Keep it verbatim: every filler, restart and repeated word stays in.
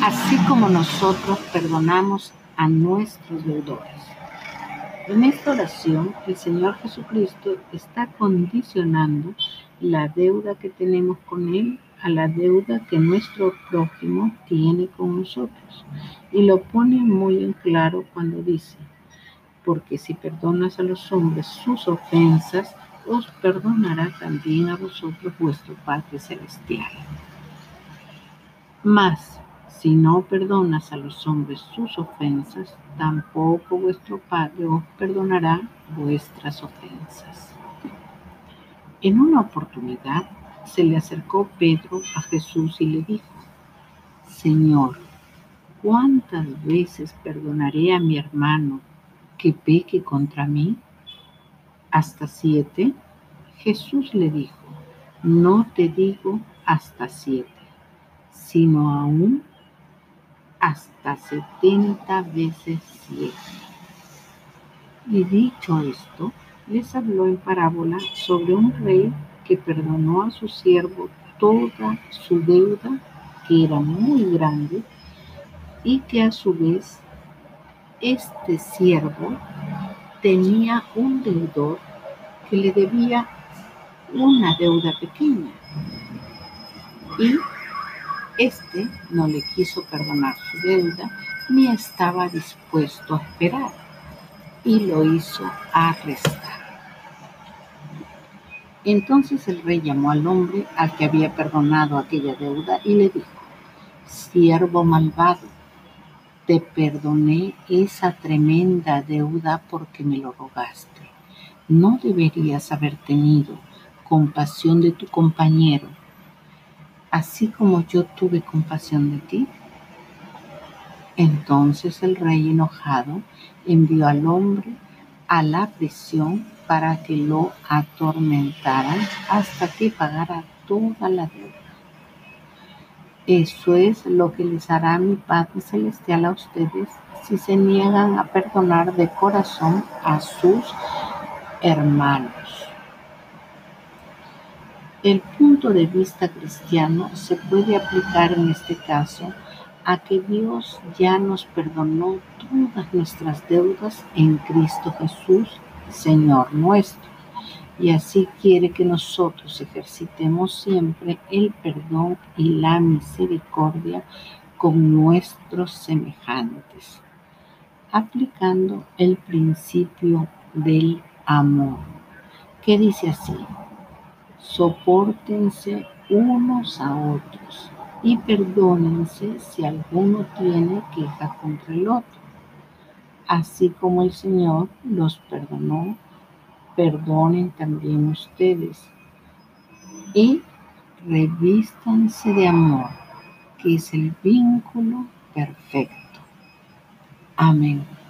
así como nosotros perdonamos a nuestros deudores. En esta oración, el Señor Jesucristo está condicionando la deuda que tenemos con Él a la deuda que nuestro prójimo tiene con nosotros. Y lo pone muy en claro cuando dice: porque si perdonas a los hombres sus ofensas, os perdonará también a vosotros vuestro Padre Celestial. Mas, si no perdonas a los hombres sus ofensas, tampoco vuestro Padre os perdonará vuestras ofensas. En una oportunidad se le acercó Pedro a Jesús y le dijo: Señor, ¿cuántas veces perdonaré a mi hermano que peque contra mí? ¿Hasta siete? Jesús le dijo: no te digo hasta siete, sino aún hasta setenta veces siete. Y dicho esto, les habló en parábola sobre un rey que perdonó a su siervo toda su deuda, que era muy grande, y que a su vez este siervo tenía un deudor que le debía una deuda pequeña, y este no le quiso perdonar su deuda ni estaba dispuesto a esperar, y lo hizo arrestar. Entonces el rey llamó al hombre al que había perdonado aquella deuda y le dijo: siervo malvado, te perdoné esa tremenda deuda porque me lo rogaste. ¿No deberías haber tenido compasión de tu compañero, así como yo tuve compasión de ti? Entonces el rey, enojado, envió al hombre a la prisión para que lo atormentaran hasta que pagara toda la deuda. Eso es lo que les hará mi Padre Celestial a ustedes si se niegan a perdonar de corazón a sus hermanos. El punto de vista cristiano se puede aplicar en este caso a que Dios ya nos perdonó todas nuestras deudas en Cristo Jesús, Señor nuestro, y así quiere que nosotros ejercitemos siempre el perdón y la misericordia con nuestros semejantes, aplicando el principio del amor, que dice así: sopórtense unos a otros y perdónense si alguno tiene queja contra el otro. Así como el Señor los perdonó, perdonen también ustedes. Y revístanse de amor, que es el vínculo perfecto. Amén.